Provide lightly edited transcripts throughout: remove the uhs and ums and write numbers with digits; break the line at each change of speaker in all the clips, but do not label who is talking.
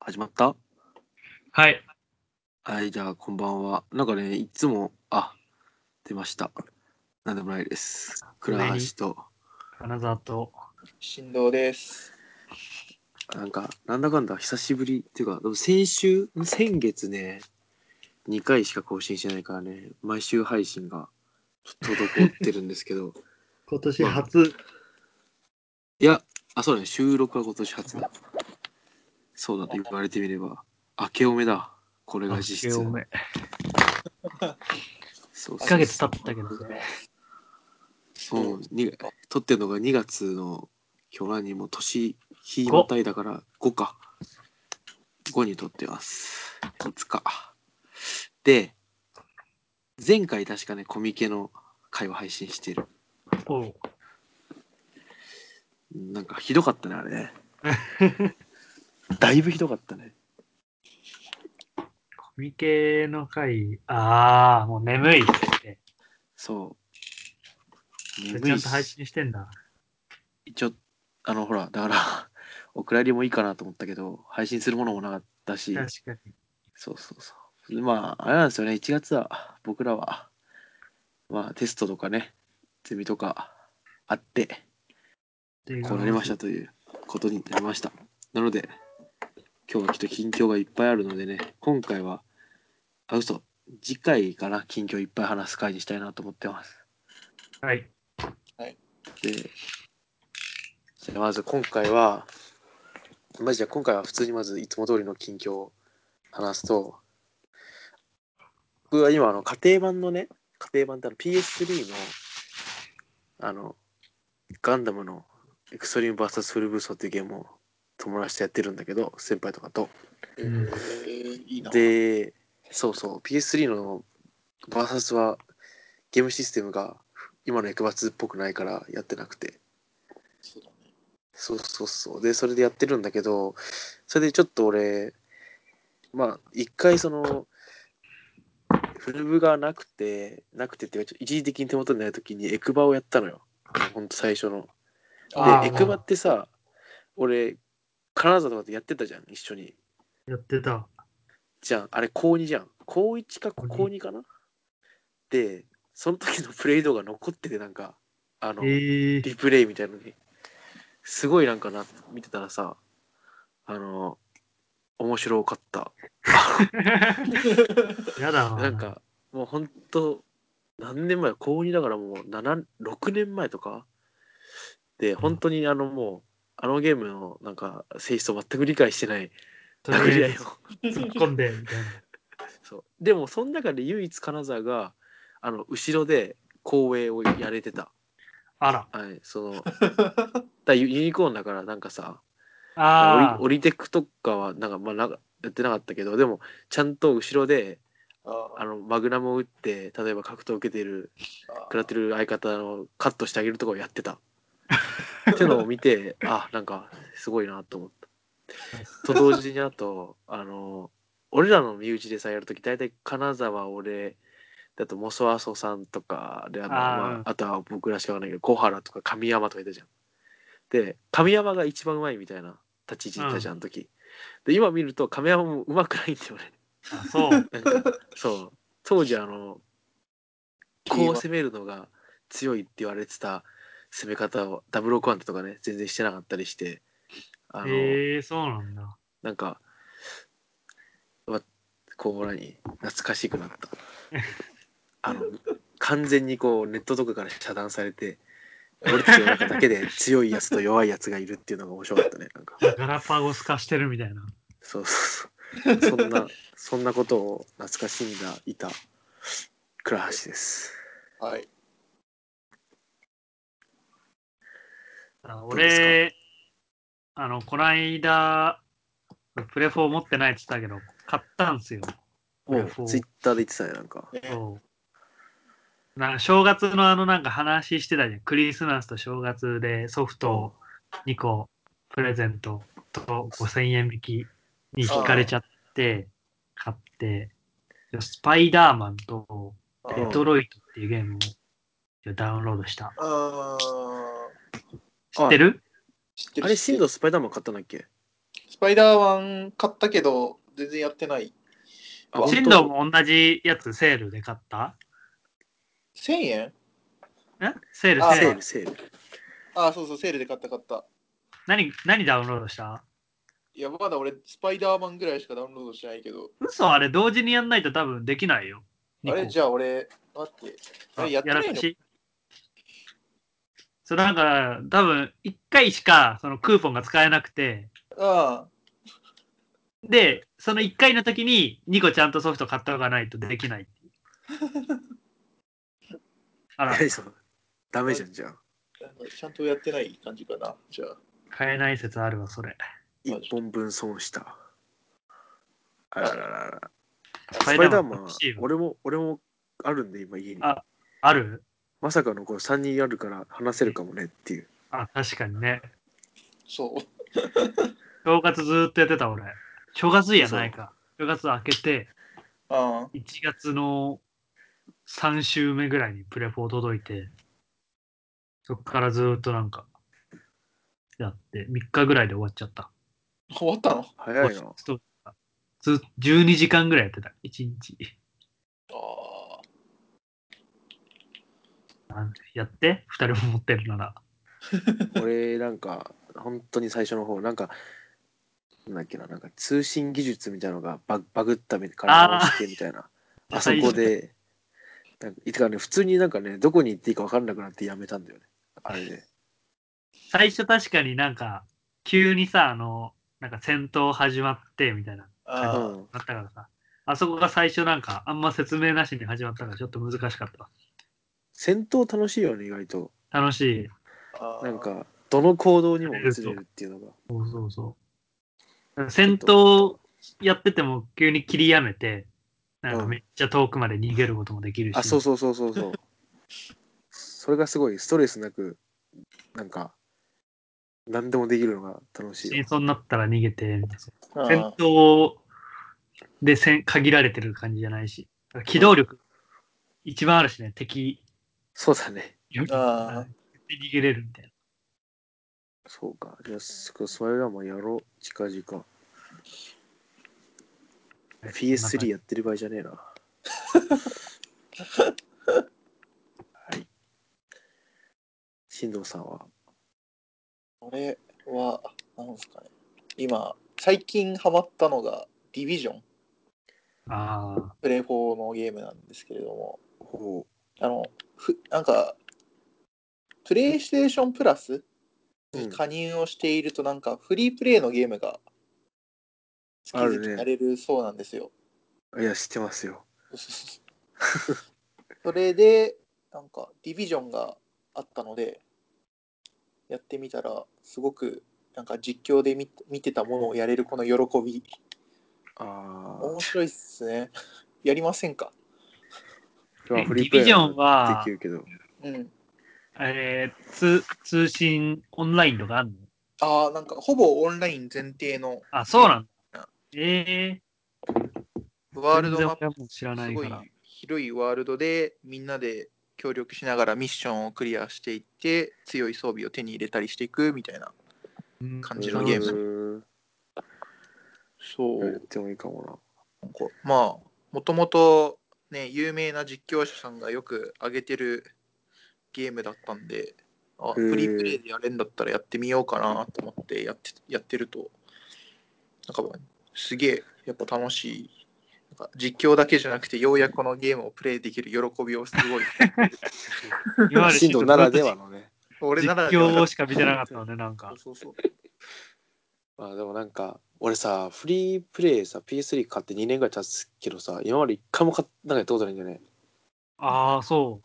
始まった？
はい。
はい、じゃあこんばんは。なんかね、いつも、出ました。なんでもないです。倉
上に
橋と、
金沢と
振動です。
なんだかんだ久しぶりっていうか、でも先月ね、2回しか更新してないからね、毎週配信がちょっと滞ってるんですけど、
今年
まあ、
初。
いや、そうだね、収録は今年初だ。そうだと言われてみれば、明けおめだ。これが実質。
おめ。
そう
1ヶ月経ったけどね。
そう撮ってるのが2月の今日何も年日またいだから5か5に撮ってますいつかで前回確かねコミケの回を配信してる。
おう。
なんかひどかったねあれねだいぶひどかったね。
コミケの回、もう眠いって。
そう
ち
眠い
ゃんと配
し
信してんだ。
一応ほらだからお蔵入りもいいかなと思ったけど配信するものもなかったし、
確かに。
そうでまああれなんですよね。1月は僕らはテストとかねゼミとかあってこうなりましたということになりました。なので今日はきっと近況がいっぱいあるのでね、今回は次回かな、近況いっぱい話す回にしたいなと思ってます。
はい。
でじゃあまず今回は普通にまずいつも通りの近況を話すと、僕は今家庭版ってPS3 のガンダムのエクストリーム VS フルブーストっていうゲームを友達とやってるんだけど、先輩とかと。
いいな。
で、PS3 の VS はゲームシステムが今のエクバツっぽくないからやってなくて。
そうだね。
で、それでやってるんだけど、それでちょっと俺、一回フルブがなくてっていうか、一時的に手元にない時にエクバをやったのよ。ほんと最初の。で、エクバってさ、俺、金沢とかでやってたじゃん、一緒に。
やってた。
じゃん、あれ高2じゃん。高1か高2かな。で、その時のプレイ動画残ってて、リプレイみたいのに。すごい見てたらさ、面白かった。
やだな。
もうほんと、何年前高2だからもう6年前とかで、本当にもう、あのゲームの性質を全く理解してない
とりあえず突っ込んで、みたいな。
そう。でも、その中で唯一金沢が、後ろで光栄をやれてた。
あら。
はい、ユニコーンだからオリテクとかはやってなかったけど、でもちゃんと後ろでマグナムを打って例えば格闘を受けてる食らってる相方のカットしてあげるとかをやってたっていうのを見てすごいなと思った。と同時に俺らの身内でさやるとき大体金沢俺だとモソアソさんとかであとは僕らしかわかんないけど小原とか神山とかいたじゃん。で神山が一番うまいみたいな立ち位置いたじゃん、あの時。で今見ると神山もうまくないんだよね。当時こう攻めるのが強いって言われてた攻め方をダブルオクワンとかね全然してなかったりして、
そうなんだ。
懐かしくなった。完全にネットとかから遮断されて俺たちの中だけで強いやつと弱いやつがいるっていうのが面白かったね。
ガラパゴス化してるみたいな。
そんなことを懐かしんだいた倉橋です。
はい。
俺、この間、プレ4持ってないって言ったけど、買ったんすよ。
ツイッターで言ってたね、
正月の話してたじゃん。クリスマスと正月でソフト2個プレゼントと5000円引きに引かれちゃって買って、スパイダーマンとデトロイトっていうゲームをダウンロードした。知ってる？
あれ、シンドスパイダーマン買ったんだっけ？
スパイダーマン買ったけど、全然やってない。
進藤も同じやつセールで買った？
1000円？
セール。
あ、そうそう、セールで買った。
何ダウンロードした？
いや、まだ俺、スパイダーマンぐらいしかダウンロードしてないけど。
嘘、あれ同時にやんないと多分できないよ。
あれ、じゃあ俺、待って。あれ、やってないの？
そう、なんか、多分1回しかそのクーポンが使えなくて、
ああ。
で、その1回の時に2個ちゃんとソフト買っておかないとできないっていう。あら、
ダメじゃん、じゃあ。
ちゃんとやってない感じかな、じゃあ。
買えない説あるわ、それ。
1本分損した。あらららら。
スパイダーマン欲しいわ。
俺もあるんで、今家に。
ある？
まさかのこう3人あるから話せるかもねっていう。
確かにね。
そう。
正月ずーっとやってた俺。正月やないか。正月明けて、1月の3週目ぐらいにプレフォー届いて、そっからずーっとなんか、やって、3日ぐらいで終わっちゃった。
終わったの？
早いな。
12時間ぐらいやってた、1日。やって、2人も持ってるなら。
俺なんか、本当に最初の方、なんか通信技術みたいなのがバグったから直してみたいな。あそこで、普通になんかね、どこに行っていいか分かんなくなってやめたんだよね。あれで。
最初確かになんか、急にさ、なんか戦闘始まってみたいな感じになったからさ、あそこが最初なんかあんま説明なしに始まったからちょっと難しかった。
戦闘楽しいよね、意外と。
楽しい。
なんか、どの行動にも移れるっていうのが。
そう。戦闘やってても急に切りやめて、なんかめっちゃ遠くまで逃げることもできるし。
そう。それがすごいストレスなく、なんか、何でもできるのが楽しいよ。
戦争になったら逃げて、戦闘で限られてる感じじゃないし、機動力一番あるしね、敵。
そうだね。
絶対逃げれるみたいな。
そうか。じゃあ、それらもやろう。近々。PS3 やってる場合じゃねえな。はい。進藤さんは？
俺は、なんですかね。今、最近ハマったのが、ディビジョン。プレイ4のゲームなんですけれども。なんか、プレイステーションプラスに加入をしていると、なんか、フリープレイのゲームが月々やれるそうなんですよ。
いや、知ってますよ。
それで、なんか、ディビジョンがあったので、やってみたら、すごく、なんか実況で見てたものをやれるこの喜び。面白いっすね。やりませんか？
ディビジョンは、
できるけど。
通信オンラインとかあるの？
なんかほぼオンライン前提の。
そうなんだ。
ワールドマップ
知らないから。
すごい広いワールドでみんなで協力しながらミッションをクリアしていって強い装備を手に入れたりしていくみたいな感じのゲーム。そう。
やってもいいかもな。
なんかまあもともとね有名な実況者さんがよく上げてるゲームだったんで、フリープレイでやれんだったらやってみようかなと思ってやってると、なんかすげえやっぱ楽しい。なんか実況だけじゃなくてようやくこのゲームをプレイできる喜びをすごい。
今まで
進藤ならではのね。
俺なら
実況しか見てなかったのね、なんか。
でもなんか、俺さ、フリープレイさ、PS3 買って2年ぐらい経つけどさ、今まで1回もやったことないんだよね。
そう。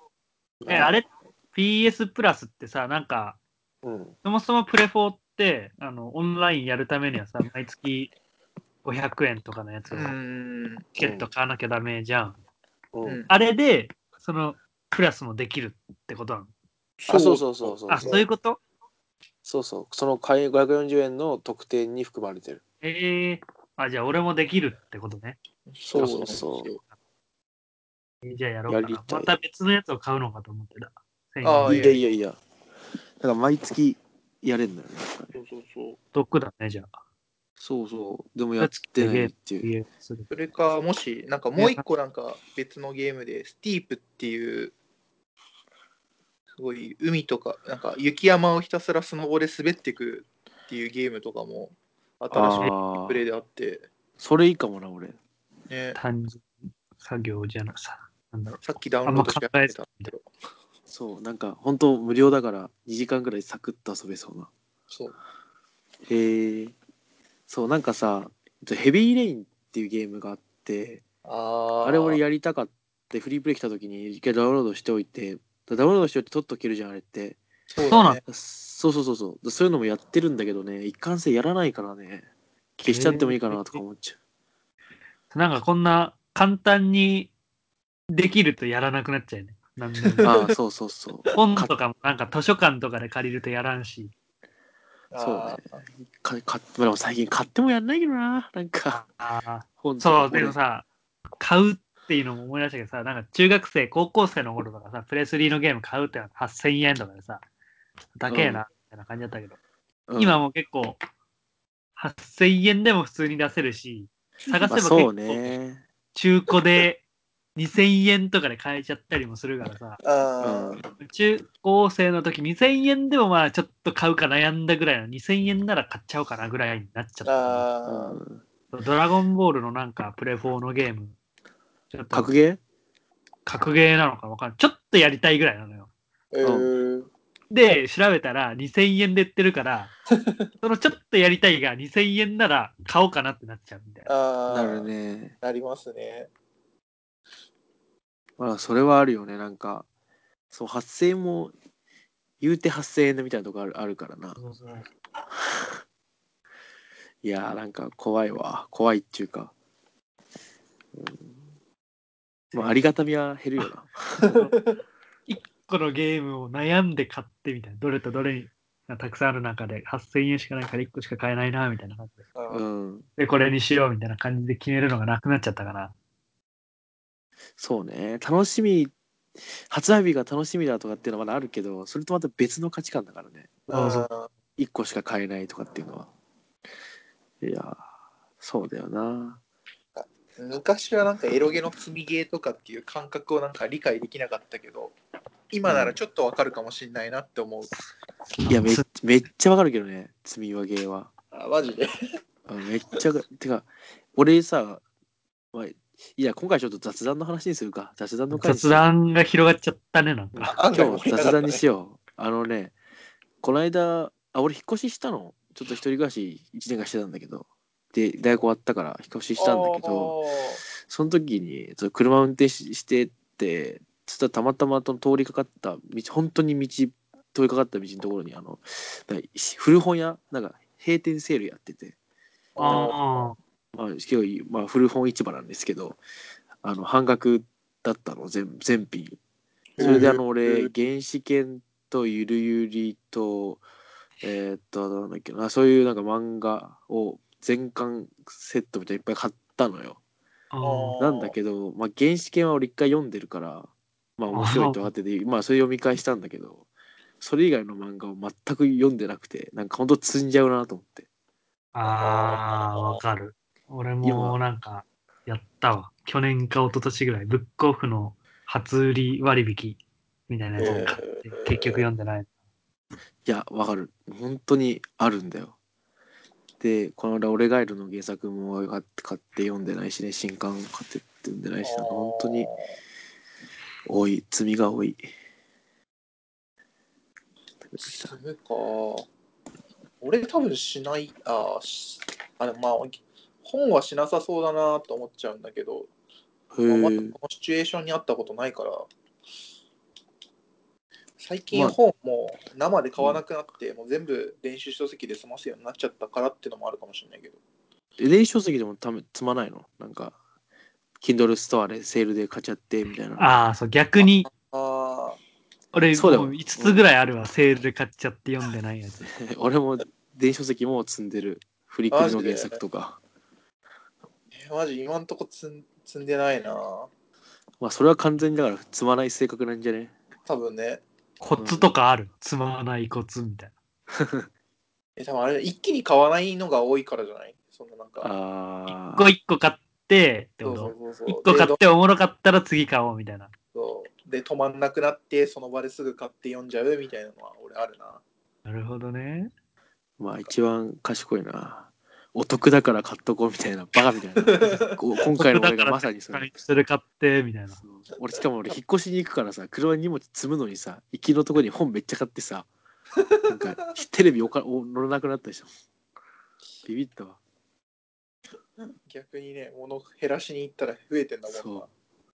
あれ PS プラスってさ、なんか、そもそもプレフォーって、オンラインやるためにはさ、毎月500円とかのやつを、チケット買わなきゃダメじゃん。あれで、その、プラスもできるってことなの？
そう。
そういうこと？
そう。その540円の特典に含まれてる。
じゃあ俺もできるってことね。
そう。
じゃあやろうかな。また別のやつを買うのかと思ってた。
いや。だから毎月やれるんだよね。
得だね、じゃあ。
そうそう。でもやってないっていう。
それか、もし、なんかもう一個なんか別のゲームで、スティープっていう、すごい海とか、なんか雪山をひたすらスノボで滑っていくっていうゲームとかも、新しいプレイであって。
それいいかもな、俺。
ね。
単純作業じゃなさ。なんだろう。
さっきダウンロードしてやってたけど。
そう、なんか本当無料だから2時間ぐらいサクッと遊べそうな。
そう。
そう、なんかさ、ヘビーレインっていうゲームがあって、あれ俺やりたかった。フリープレイ来た時に一回ダウンロードしておいて、ダウンロードしておいて取っとけるじゃん、あれって。
そうだね。
そうそうそうそう。そういうのもやってるんだけどね、一貫性やらないからね、消しちゃってもいいかなとか思っちゃ
う。なんかこんな簡単にできるとやらなくなっちゃうね。なんで
も。ああ、そうそうそう。
本とかもなんか図書館とかで借りるとやらんし。
そうね。でも最近買ってもやんないけどな。なんか、
本とか。そう、でもさ、買うっていうのも思い出したけどさ、なんか中学生、高校生の頃とかさ、プレスリーのゲーム買うってのは8000円とかでさ、高えな、みたいな感じだったけど、今も結構、8000円でも普通に出せるし、探せば結構、中古で2000円とかで買えちゃったりもするからさ、中高生の時2000円でもまあちょっと買うか悩んだぐらいの2000円なら買っちゃおうかなぐらいになっちゃった。ドラゴンボールのなんかプレ4のゲーム、ちょっと格ゲーなのかわかんない。ちょっとやりたいぐらいなのよ。で、調べたら2000円で売ってるから、そのちょっとやりたいが2000円なら買おうかなってなっちゃうみたいな。
なるね。
なりますね。
まあ、それはあるよね。なんか、そう、8000円も、言うて8000円みたいなとこあるからな。いやー、なんか怖いわ。怖いっていうか。まあ、ありがたみは減るよな。
1個のゲームを悩んで買ってみたいな。どれとどれにたくさんある中で8000円しかないから1個しか買えないな、みたいな感じで。で、これにしようみたいな感じで決めるのがなくなっちゃったかな。
そうね。楽しみ、発売日が楽しみだとかっていうのはまだあるけど、それとまた別の価値観だからね。1個しか買えないとかっていうのは。いや、そうだよな。
昔はなんかエロゲの積みゲーとかっていう感覚をなんか理解できなかったけど、今ならちょっとわかるかもしれないなって思う。
いや、めっちゃわかるけどね、積み上げは。
マジで
めっちゃ、てか、俺さ、まあ、いや、今回ちょっと雑談の話にするか。雑談の回に
雑談が広がっちゃったね、なんか。
今日雑談にしよう。この間、俺引っ越ししたの。ちょっと一人暮らし1年間してたんだけど。で、大学終わったから引っ越ししたんだけど、その時に車運転してって、そしたらたまたま通りかかった道、本当に通りかかった道のところに、古本屋、なんか閉店セールやってて。まあ、結構、まあ、古本市場なんですけど、半額だったの、全品。それで俺、原始圏とゆるゆりと、なんだっけな、そういうなんか漫画を全巻セットみたいにいっぱい買ったのよ。なんだけど、まあ、原始圏は俺一回読んでるから、まあ面白いと分かってて、まあそれ読み返したんだけど、それ以外の漫画を全く読んでなくて、なんかほんと積んじゃうなと思って。
わかる。俺もなんか、やったわ。去年か一昨年ぐらい、ブックオフの初売り割引みたいなやつ買って、結局読んでない。
いや、わかる。本当にあるんだよ。で、この間、俺ガエルの原作も買って読んでないしね、新刊買って読んでないし、なんか本当に多い、積みが多い。
積むか。俺多分しない。まあ、本はしなさそうだなと思っちゃうんだけど、まだこのシチュエーションにあったことないから、最近本も生で買わなくなって、もう全部電子書籍で済ますようになっちゃったからっていうのもあるかもしれないけど。
電子書籍でも積まないの？なんか、Kindle ストアでセールで買っちゃってみたいな。
そう、逆に。俺もう5つぐらいあるわ、セールで買っちゃって読んでないやつ。
俺も電子書籍も積んでる。フリクリの原作とか。
マジ今んとこ積んでないな。
まあそれは完全にだから積まない性格なんじゃね？
多分ね。
コツとかある、積まないコツみたいな。
多分あれ一気に買わないのが多いからじゃない？ そのなんか。
一個買ってってこと？一個買っておもろかったら次買おうみたいな。
そうで止まんなくなってその場ですぐ買って読んじゃうみたいなのは俺あるな。
なるほどね。
まあ一番賢いな。お得だから買っとこうみたいなバカみたいな。今回の俺がまさに
それ買ってみたいな。
しかも俺引っ越しに行くからさ、車に荷物積むのにさ、行きのとこに本めっちゃ買ってさ、なんかテレビ乗らなくなったでしょ。ビビったわ。
逆にね、物減らしに行ったら増えてんだもんな。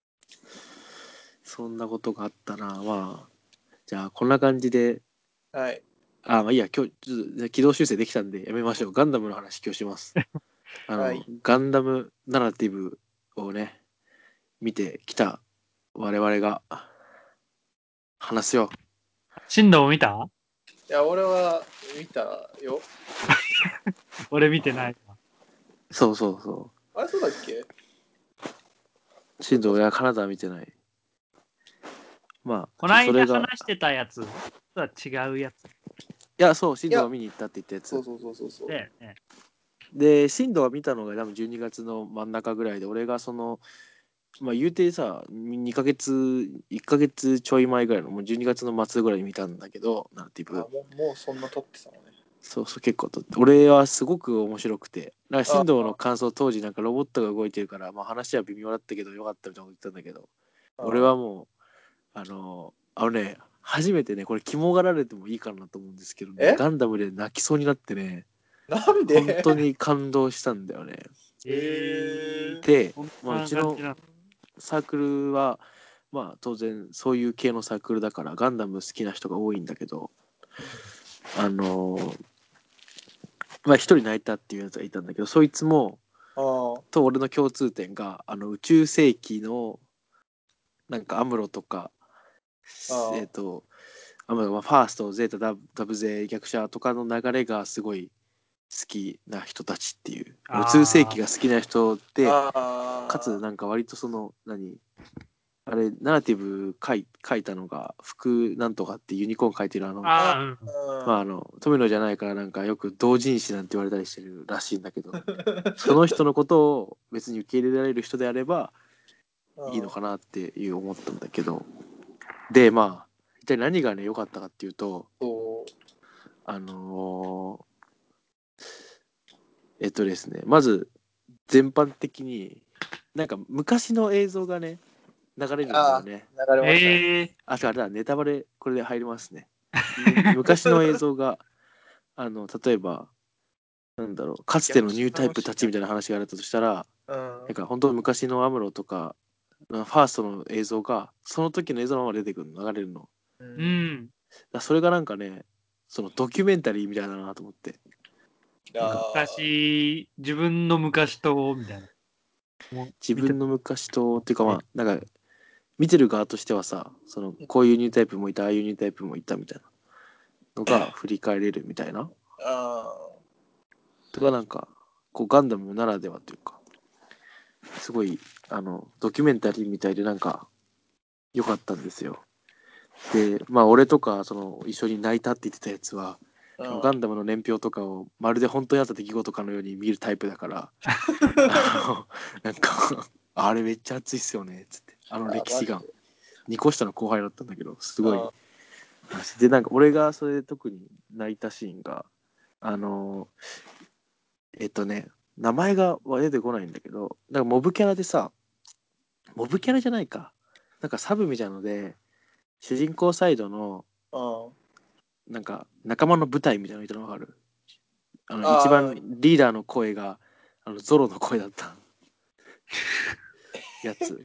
そんなことがあったな。まあ、じゃあこんな感じで。
はい。
まあいいや、今日ちょっと軌道修正できたんでやめましょう。ガンダムの話今日します。はい、ガンダムナラティブをね、見てきた我々が話すよ。
進藤も見た？
いや、俺は見たよ。
俺見てない。
そうそうそう。
あれ、そうだっけ？
進藤や金沢見てない。まあ、
この間話してたやつとは違うやつ。
いや、そう、進藤が見に行ったって言ったやつ。
そう。
で、進藤が見たのが多分12月の真ん中ぐらいで、俺がその、まあ言うてさ、1ヶ月ちょい前ぐらいの、もう12月の末ぐらいに見たんだけど、ナラティブ。
もうそんな経ってたのね。
そう結構撮って。俺はすごく面白くて。なんか進藤の感想当時なんかロボットが動いてるから、まあ話は微妙だったけどよかったみたいなこと言ったんだけど、俺はもう、ね、初めてね、これ肝がられてもいいかなと思うんですけどね、ガンダムで泣きそうになってね、
なんで？
本当に感動したんだよね。で、まあ、うちのサークルは、まあ当然そういう系のサークルだからガンダム好きな人が多いんだけど、まあ一人泣いたっていうやつがいたんだけど、そいつもと俺の共通点が宇宙世紀のなんかアムロとかアムロはファーストゼータダブゼ逆者とかの流れがすごい好きな人たちっていう、宇宙世紀が好きな人で、かつなんか割とそのあれナラティブ書いたのが福なんとかってユニコーン書いてるまあ富野じゃないからなんかよく同人誌なんて言われたりしてるらしいんだけど、その人のことを別に受け入れられる人であればいいのかなっていう思ったんだけど、でまあ一体何がね良かったかっていうと、ですね、まず全般的になんか昔の映像がね流れるんだよね。
流れましたね。
違う、ネタバレこれで入りますね。昔の映像が例えばなんだろう、かつてのニュータイプたちみたいな話があったとしたら、なんか本当昔のアムロとかファーストの映像がその時の映像のまま出てくるの、流れるの。それがなんかね、そのドキュメンタリーみたいだなと思って。
自分の昔とみたいな。
自分の昔とっていうか、まあなんか見てる側としてはさ、そのこういうニュータイプもいた、ああいうニュータイプもいたみたいなのが振り返れるみたいな。とかなんかこうガンダムならではというか、すごいドキュメンタリーみたいでなんか良かったんですよ。でまあ俺とかその一緒に泣いたって言ってたやつは、ガンダムの年表とかをまるで本当にあった出来事かのように見るタイプだからなんかあれめっちゃ熱いっすよねっつって、歴史が2個下の後輩だったんだけどすごい。でなんか俺がそれで特に泣いたシーンが名前が出てこないんだけど、なんかモブキャラでさ、モブキャラじゃないか、なんかサブみたいなので主人公サイドのなんか仲間の部隊みたいなのいたの分かる？一番リーダーの声がゾロの声だったやつ。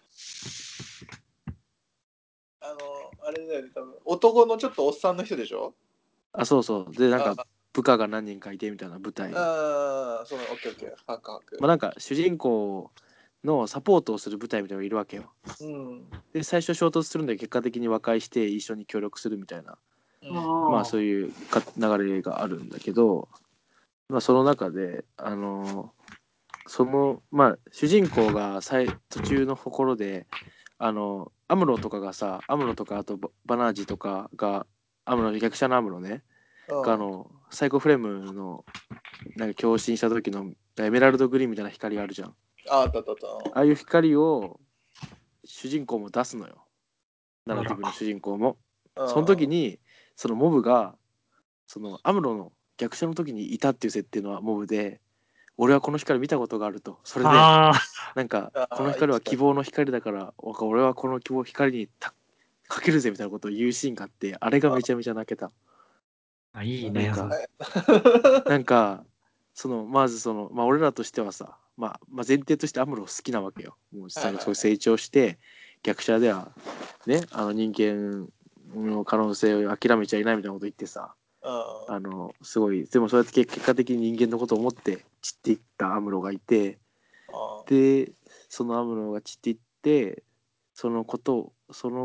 あれだよね、多分男のちょっとおっさんの人でしょ？
そうそうで、なんか部下が何人かいてみたいな部隊。
そう、オッケーオッケー、ハクハク。
まあなんか主人公のサポートをする部隊みたいなのがいるわけよ。で最初衝突するんで結果的に和解して一緒に協力するみたいな、まあそういう流れがあるんだけど、まあその中でそのまあ主人公が途中のところでアムロとかがさ、アムロとかあとバナージとかが逆者のアムロねサイコフレームのなんか共振した時のエメラルドグリーンみたいな光あるじゃん。ああいう光を主人公も出すのよ。ナラティブの主人公も。その時にそのモブがそのアムロの逆襲の時にいたっていう設定のモブで、俺はこの光見たことがあると。それでなんかこの光は希望の光だから俺はこの希望光にかけるぜみたいなことを言うシーンがあって、あれがめちゃめちゃ泣けた。
いいね。
なんかそのまずその俺らとしてはさ、前提としてアムロ好きなわけよ。もうそう成長して逆者ではね、人間の可能性を諦めちゃいないみたいなこと言ってさ、すごいでもそうやって結果的に人間のことを思って散っていったアムロがいて、でそのアムロが散っていってその後その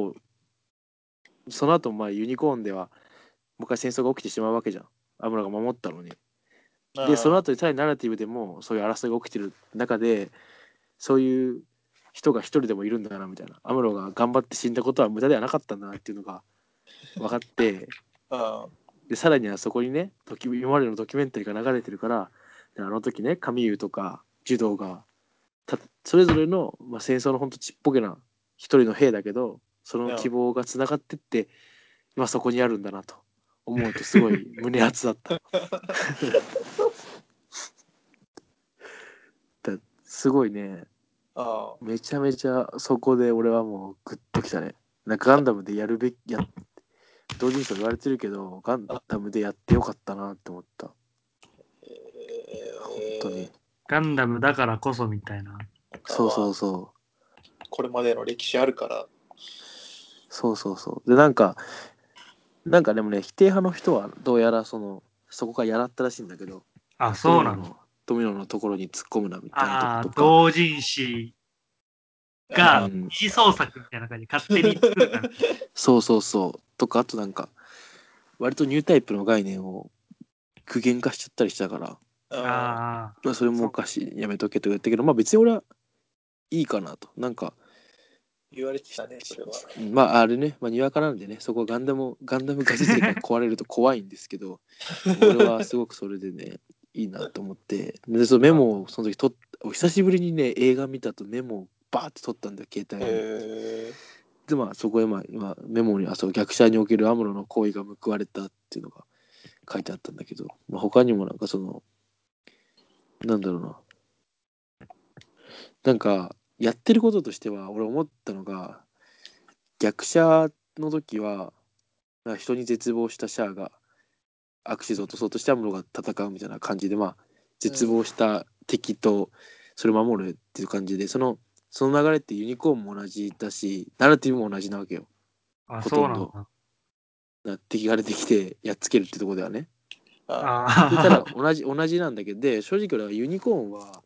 ユニコーンではもう一回戦争が起きてしまうわけじゃん。アムロが守ったのに。でその後にさらにナラティブでもそういう争いが起きてる中で、そういう人が一人でもいるんだなみたいな、アムロが頑張って死んだことは無駄ではなかったんだなっていうのが分かってでさらにはそこにね今までのドキュメンタリーが流れてるから、あの時ねカミユとかジュドーがそれぞれの、戦争のほんとちっぽけな一人の兵だけど、その希望がつながってって今そこにあるんだなと思うとすごい胸熱だったすごいね。めちゃめちゃそこで俺はもうグッときたね。なんかガンダムでやるべき同人誌言われてるけどガンダムでやってよかったなって思った。本当に
ガンダムだからこそみたいな。
そう
これまでの歴史あるから
そうでなんかでもね否定派の人はどうやらそこからやらったらしいんだけど、
そうなの。
富野のところに突っ込むなみたいなとこ
とか。同人誌が二次創作みたいな感じで勝手に作るから。
そうとか、あとなんか割とニュータイプの概念を具現化しちゃったりしたから、それもおかしいやめとけと言ったけど、別に俺はいいかなと。なんか
言われてたね、それは。
あれね、にわかなんでね、そこガンダム画自体が壊れると怖いんですけど俺はすごくそれでねいいなと思って、でそのメモをその時久しぶりにね映画見たとメモをバーって撮ったんだよ携帯に。でそこへ今メモに逆者におけるアムロの行為が報われたっていうのが書いてあったんだけど、他にもなんかなんだろうなんかやってることとしては俺思ったのが、逆者の時は人に絶望したシャアがアクシズを落とそうとしてアムロが戦うみたいな感じで、絶望した敵とそれを守るっていう感じで、その流れってユニコーンも同じだしナラティブも同じなわけよ。ほとんど敵が出てきてやっつけるってところではね。でただ同じなんだけど、で正直俺はユニコーンは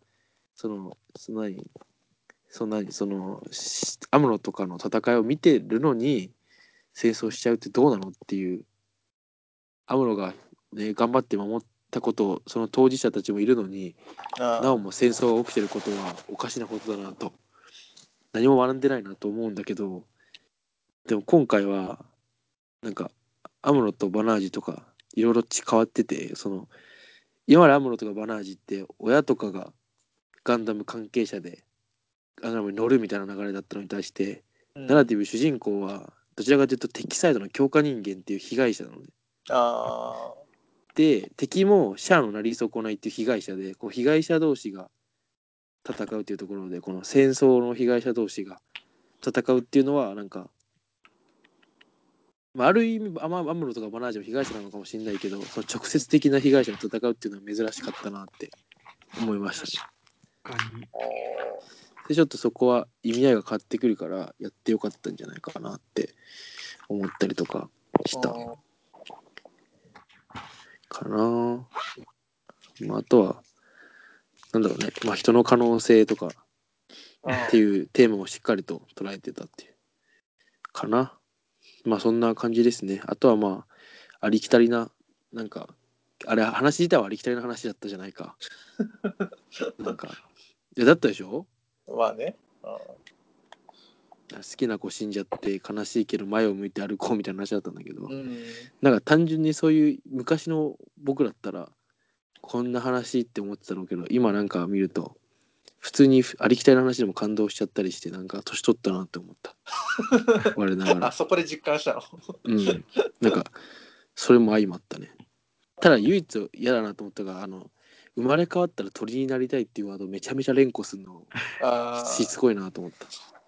アムロとかの戦いを見てるのに戦争しちゃうってどうなのっていう、アムロが、ね、頑張って守ったことをその当事者たちもいるのになおも戦争が起きてることはおかしなことだなと、何も学んでないなと思うんだけど、でも今回はなんかアムロとバナージとかいろいろ変わってて、今までアムロとかバナージって親とかがガンダム関係者でガンダムに乗るみたいな流れだったのに対して、ナラティブ主人公はどちらかというと敵サイドの強化人間っていう被害者なので、で敵もシャアのなり損ないっていう被害者で、被害者同士が戦うっていうところで、この戦争の被害者同士が戦うっていうのはなんか、ある意味アムロとかバナージも被害者なのかもしれないけど、その直接的な被害者と戦うっていうのは珍しかったなって思いましたね。でちょっとそこは意味合いが変わってくるからやってよかったんじゃないかなって思ったりとかしたかな。あとはなんだろうね、人の可能性とかっていうテーマをしっかりと捉えてたっていうかな。そんな感じですね。あとはありきたりな、なんかあれ話自体はありきたりな話だったじゃないかなんかだったでしょ。
ね。
好きな子死んじゃって悲しいけど前を向いて歩こうみたいな話だったんだけど、
うん、
なんか単純にそういう昔の僕だったらこんな話って思ってたのけど、今なんか見ると普通にありきたりな話でも感動しちゃったりして、なんか年取ったなって思った我ながら。
あそこで実感したの。
うん、なんかそれも相まったね。ただ唯一嫌だなと思ったが、生まれ変わったら鳥になりたいっていうワードめちゃめちゃ連呼するのしつこいなと思った。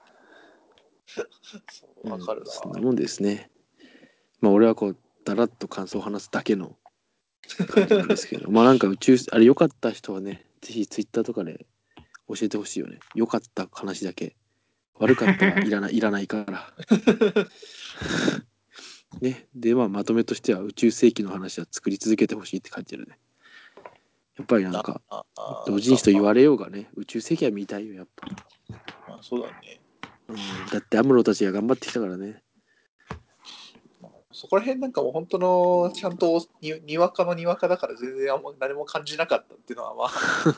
そうわかるな、
そんなもんですね。まあ俺はこうだらっと感想を話すだけの感じなんですけどまあなんかあれ良かった人はね、ぜひツイッターとかで教えてほしいよね。良かった話だけ。悪かったらいらないからね。でまあまとめとしては宇宙世紀の話は作り続けてほしいって書いてるね。やっぱりなんか同人誌と言われようがね、宇宙世紀は見たいよやっぱ。
まあ、そうだね。
だってアムロたちが頑張ってきたからね。
そこら辺なんかもう本当のちゃんとにわかのにわかだから全然何も感じなかったっていうのはまあ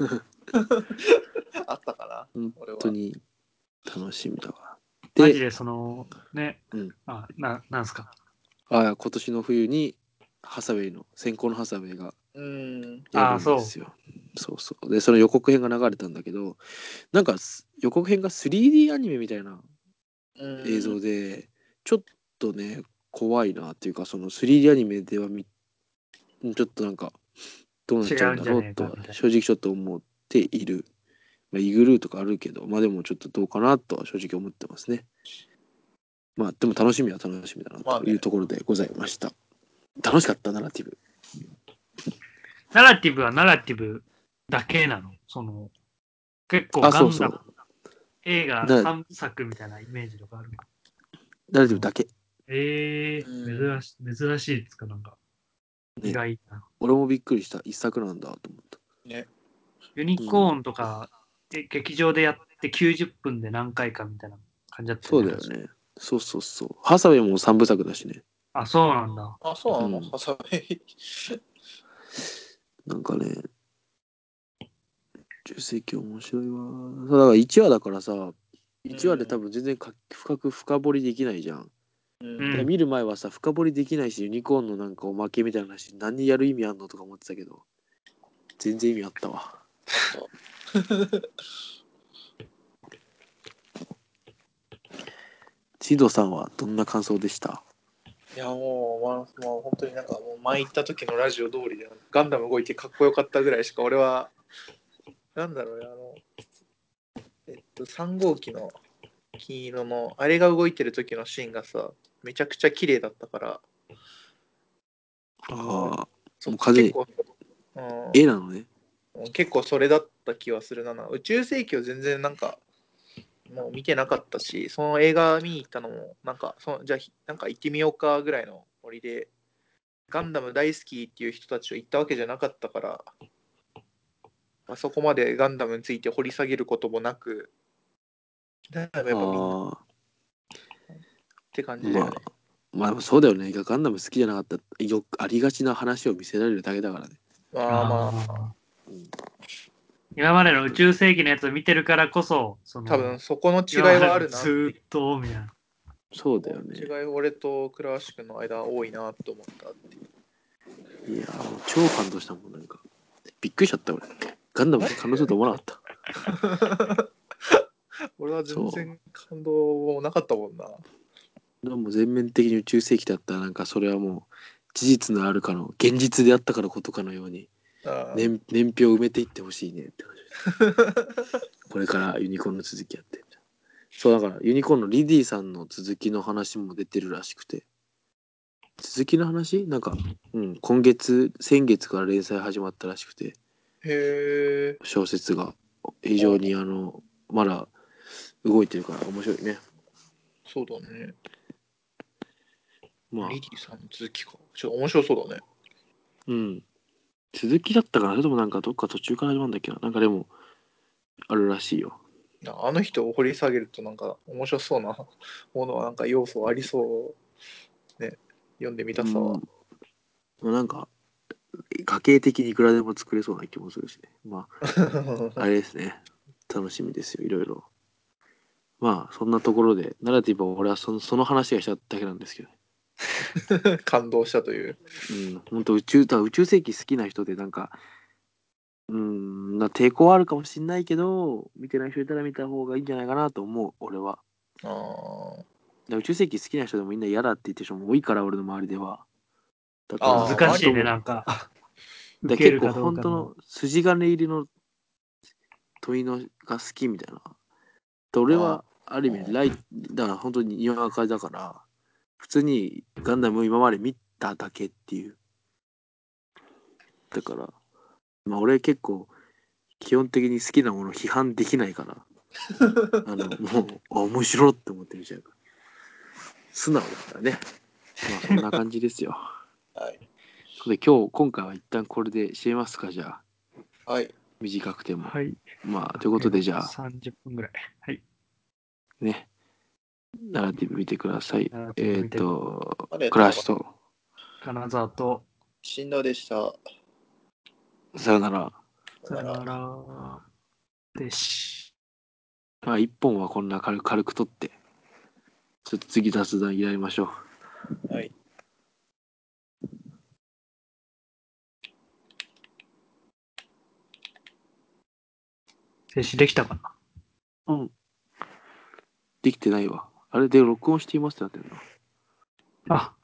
あったかな。
本当に楽しみだわ。
マジでそのね、なんすか。
今年の冬にハサウェイの先行のハサウェイがやるんですよ。そうそうでその予告編が流れたんだけど、なんか予告編が 3D アニメみたいな映像でちょっとね怖いなっていうか、その 3D アニメではちょっとなんかどうなっちゃうんだろうとは正直ちょっと思っている。まあ、イグルーとかあるけど、まあでもちょっとどうかなとは正直思ってますね。まあでも楽しみは楽しみだなというところでございました。楽しかったナラティブ。
ナラティブはナラティブだけなの？その結構ガンダム映画3作みたいなイメージとかある。
ナラティブだけ。
珍しいですか、なんか。意外な。
俺もびっくりした。一作なんだと思った。
ね。
ユニコーンとか、劇場でやって90分で何回かみたいな感じだった。
そうだよね。そうそうそう。ハサウェイも3部作だしね。
あ、そうなんだ。
あ、そうなの、ハサウェイ。
なんかね、重世紀面白いわ。だから1話だからさ、1話で多分全然深掘りできないじゃん。見る前はさ、深掘りできないし、ユニコーンのなんかおまけみたいな話、何やる意味あんのとか思ってたけど、全然意味あったわ。千戸さんはどんな感想でした？
いやもう本当になんかもう前行った時のラジオ通りでガンダム動いてかっこよかったぐらいしか俺はなんだろうね、3号機の金色のあれが動いてる時のシーンがさめちゃくちゃ綺麗だったから、
もう
結構、
絵なのね。
結構それだった気はするな。宇宙世紀を全然なんかもう見てなかったし、その映画見に行ったのもなんかじゃあなんか行ってみようかぐらいのノリで、ガンダム大好きっていう人たちと行ったわけじゃなかったから、まあ、そこまでガンダムについて掘り下げることもなく、やっぱみんなって感じだよね。
まあそうだよね。ガンダム好きじゃなかったらありがちな話を見せられるだけだからね。
今までの宇宙世紀のやつを見てるからこそ、
多分そこの違いはあるな。
ずっとみたいな。
そうだよね。
違い俺と倉橋君の間多いなと思ったっていう。
いや超感動したもん。なんかびっくりしちゃった俺。ガンダムって感動すると思わなかった。
俺は全然感動なかったもんな。
でも全面的に宇宙世紀だったらなんかそれはもう事実のあるかの現実であったからことかのように年表を埋めていってほしいねって感じこれからユニコーンの続きやって。そうだからユニコーンのリディさんの続きの話も出てるらしくて、続きの話なんか、先月から連載始まったらしくて、小説が非常にまだ動いてるから面白いね。
そうだね。
まあ、
リディさんの続きか。ちょっと面白そうだね。
うん。続きだったから、それともなんかどっか途中から始まるんだっけな。なんかでも、あるらしいよ。
あの人を掘り下げるとなんか面白そうなものはなんか要素ありそうね。読んでみたさは。
なんか、家計的にいくらでも作れそうな気もするしね。まあ、あれですね。楽しみですよ、いろいろ。 まあそんなところでナラティブは俺はその話がしただけなんですけど、
感動したという。
本当宇宙世紀好きな人でなんか抵抗はあるかもしんないけど、見てない人いたら見た方がいいんじゃないかなと思う、俺は。宇宙世紀好きな人でもみんな嫌だって言ってる人も多いから、俺の周りでは。
だから難しいね、なんか。
結構本当の筋金入りの問いのが好きみたいな。俺はある意味だから本当ににわかだから、普通にガンダムを今まで見ただけっていう。だから、まあ俺結構基本的に好きなものを批判できないから、もう面白って思ってるじゃん。素直だからね。まあそんな感じですよ。
はい。
で今回は一旦これで締めますか、じゃあ。
はい。
短くても。
はい。
まあということでじゃあ。
30分ぐらい。はい。
ね。ナラティブ見てください。クラシと
金沢と
振動でした。
さよなら。
さよならです。
まあ一本はこんな軽く取って、ちょっと次雑談やりましょ
う。はい。
静止できたか
な。できてないわ。あれで録音していますってなってるの。
あ、